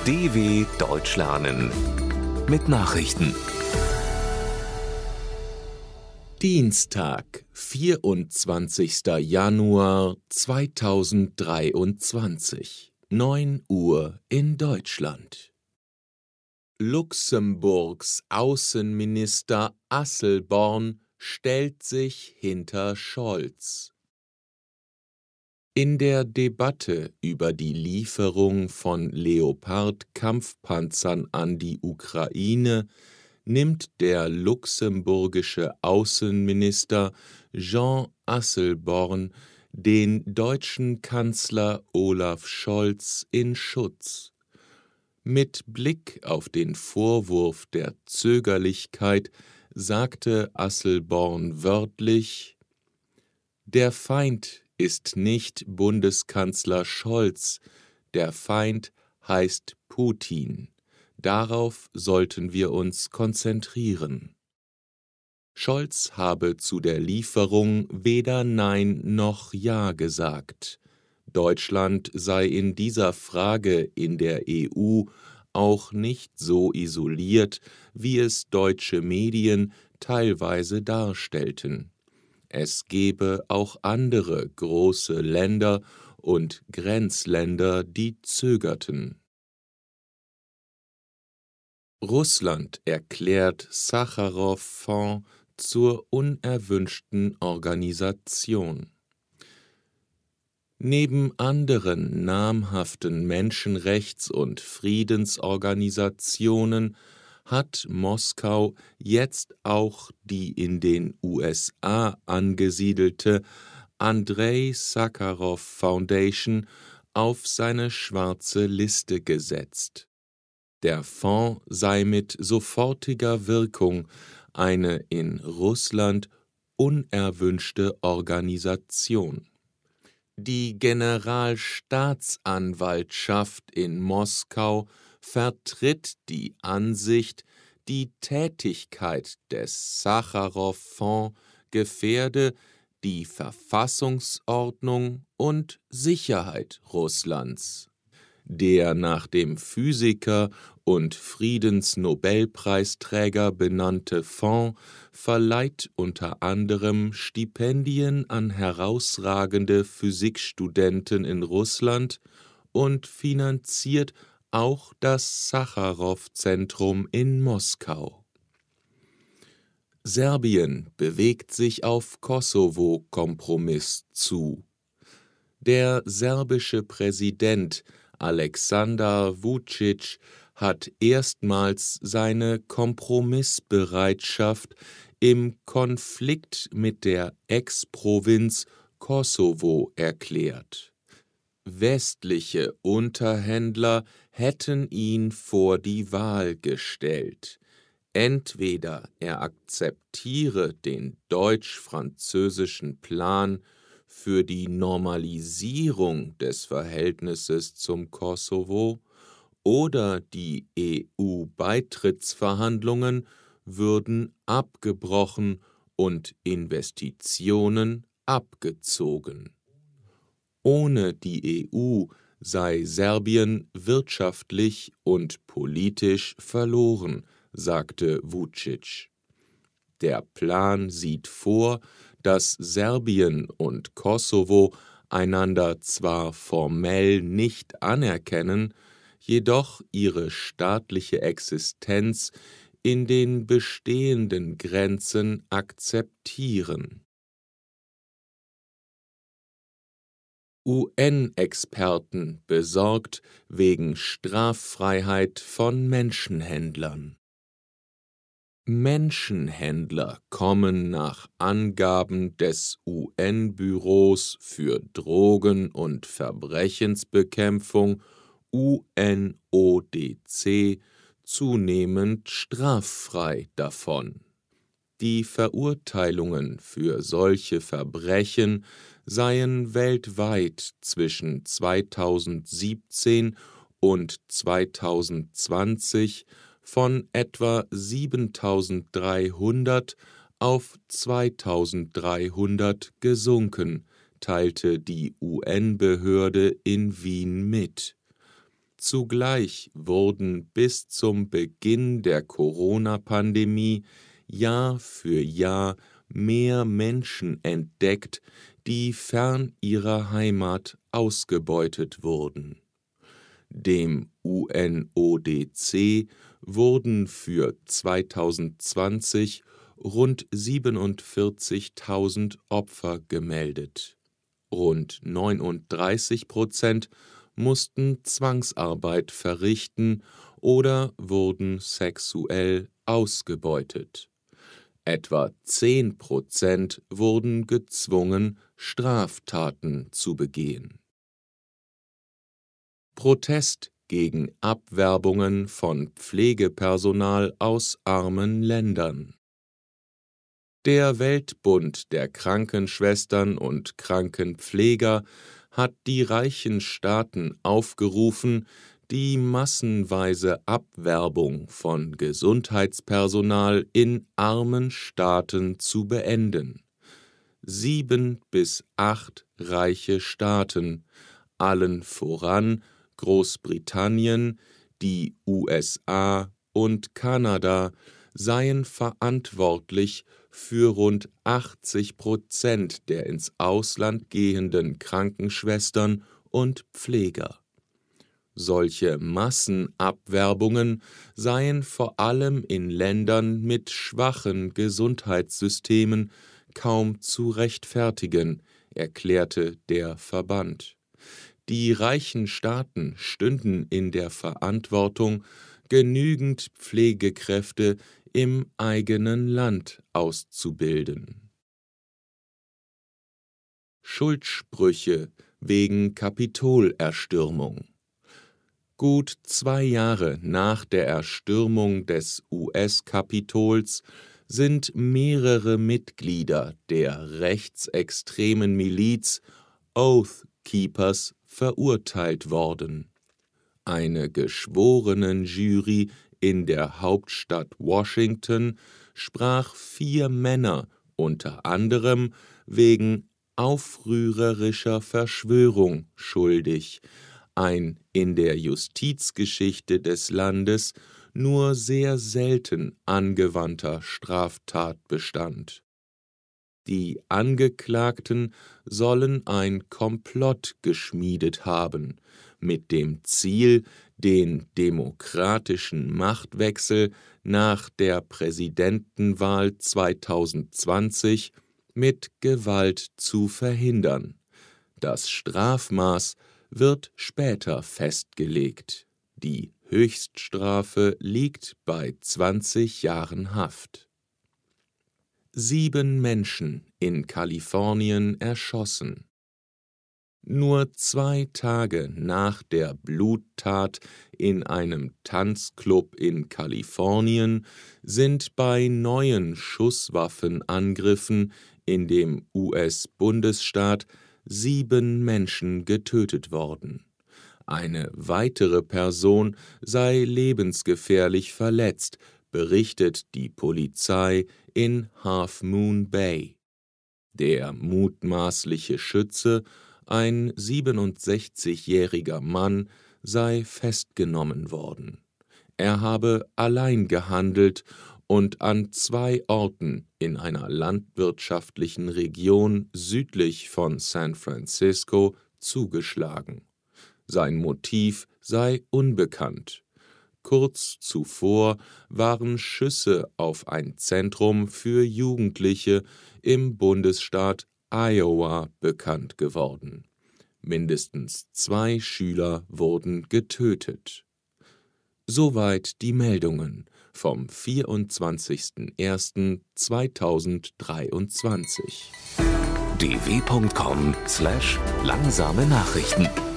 DW Deutsch lernen mit Nachrichten. Dienstag, 24. Januar 2023, 9 Uhr in Deutschland. Luxemburgs Außenminister Asselborn stellt sich hinter Scholz. In der Debatte über die Lieferung von Leopard-Kampfpanzern an die Ukraine nimmt der luxemburgische Außenminister Jean Asselborn den deutschen Kanzler Olaf Scholz in Schutz. Mit Blick auf den Vorwurf der Zögerlichkeit sagte Asselborn wörtlich: Der Feind ist nicht Bundeskanzler Scholz, der Feind heißt Putin. Darauf sollten wir uns konzentrieren. Scholz habe zu der Lieferung weder Nein noch Ja gesagt. Deutschland sei in dieser Frage in der EU auch nicht so isoliert, wie es deutsche Medien teilweise darstellten. Es gebe auch andere große Länder und Grenzländer, die zögerten. Russland erklärt Sacharow-Fonds zur unerwünschten Organisation. Neben anderen namhaften Menschenrechts- und Friedensorganisationen hat Moskau jetzt auch die in den USA angesiedelte Andrei Sacharow Foundation auf seine schwarze Liste gesetzt. Der Fonds sei mit sofortiger Wirkung eine in Russland unerwünschte Organisation. Die Generalstaatsanwaltschaft in Moskau vertritt die Ansicht, die Tätigkeit des Sacharow-Fonds gefährde die Verfassungsordnung und Sicherheit Russlands. Der nach dem Physiker und Friedensnobelpreisträger benannte Fonds verleiht unter anderem Stipendien an herausragende Physikstudenten in Russland und finanziert auch das Sacharow-Zentrum in Moskau. Serbien bewegt sich auf Kosovo-Kompromiss zu. Der serbische Präsident Aleksandar Vučić hat erstmals seine Kompromissbereitschaft im Konflikt mit der Ex-Provinz Kosovo erklärt. Westliche Unterhändler hätten ihn vor die Wahl gestellt. Entweder er akzeptiere den deutsch-französischen Plan für die Normalisierung des Verhältnisses zum Kosovo oder die EU-Beitrittsverhandlungen würden abgebrochen und Investitionen abgezogen. Ohne die EU sei Serbien wirtschaftlich und politisch verloren, sagte Vučić. Der Plan sieht vor, dass Serbien und Kosovo einander zwar formell nicht anerkennen, jedoch ihre staatliche Existenz in den bestehenden Grenzen akzeptieren. UN-Experten besorgt wegen Straffreiheit von Menschenhändlern. Menschenhändler kommen nach Angaben des UN-Büros für Drogen- und Verbrechensbekämpfung UNODC zunehmend straffrei davon. Die Verurteilungen für solche Verbrechen seien weltweit zwischen 2017 und 2020 von etwa 7.300 auf 2.300 gesunken, teilte die UN-Behörde in Wien mit. Zugleich wurden bis zum Beginn der Corona-Pandemie Jahr für Jahr mehr Menschen entdeckt, die fern ihrer Heimat ausgebeutet wurden. Dem UNODC wurden für 2020 rund 47.000 Opfer gemeldet. Rund 39% mussten Zwangsarbeit verrichten oder wurden sexuell ausgebeutet. Etwa 10% wurden gezwungen, Straftaten zu begehen. Protest gegen Abwerbungen von Pflegepersonal aus armen Ländern. Der Weltbund der Krankenschwestern und Krankenpfleger hat die reichen Staaten aufgerufen, die massenweise Abwerbung von Gesundheitspersonal in armen Staaten zu beenden. 7 bis 8 reiche Staaten, allen voran Großbritannien, die USA und Kanada, seien verantwortlich für rund 80% der ins Ausland gehenden Krankenschwestern und Pfleger. Solche Massenabwerbungen seien vor allem in Ländern mit schwachen Gesundheitssystemen kaum zu rechtfertigen, erklärte der Verband. Die reichen Staaten stünden in der Verantwortung, genügend Pflegekräfte im eigenen Land auszubilden. Schuldsprüche wegen Kapitolerstürmung. Gut 2 Jahre nach der Erstürmung des US-Kapitols sind mehrere Mitglieder der rechtsextremen Miliz Oath Keepers verurteilt worden. Eine Geschworenenjury in der Hauptstadt Washington sprach 4 Männer unter anderem wegen aufrührerischer Verschwörung schuldig, ein in der Justizgeschichte des Landes nur sehr selten angewandter Straftatbestand. Die Angeklagten sollen ein Komplott geschmiedet haben, mit dem Ziel, den demokratischen Machtwechsel nach der Präsidentenwahl 2020 mit Gewalt zu verhindern. Das Strafmaß wird später festgelegt. Die Höchststrafe liegt bei 20 Jahren Haft. 7 Menschen in Kalifornien erschossen. Nur 2 Tage nach der Bluttat in einem Tanzclub in Kalifornien sind bei neuen Schusswaffenangriffen in dem US-Bundesstaat 7 Menschen getötet worden. Eine weitere Person sei lebensgefährlich verletzt, berichtet die Polizei in Half Moon Bay. Der mutmaßliche Schütze, ein 67-jähriger Mann, sei festgenommen worden. Er habe allein gehandelt und an 2 Orten in einer landwirtschaftlichen Region südlich von San Francisco zugeschlagen. Sein Motiv sei unbekannt. Kurz zuvor waren Schüsse auf ein Zentrum für Jugendliche im Bundesstaat Iowa bekannt geworden. Mindestens 2 Schüler wurden getötet. Soweit die Meldungen vom 24.01.2023. dw.com/langsame Nachrichten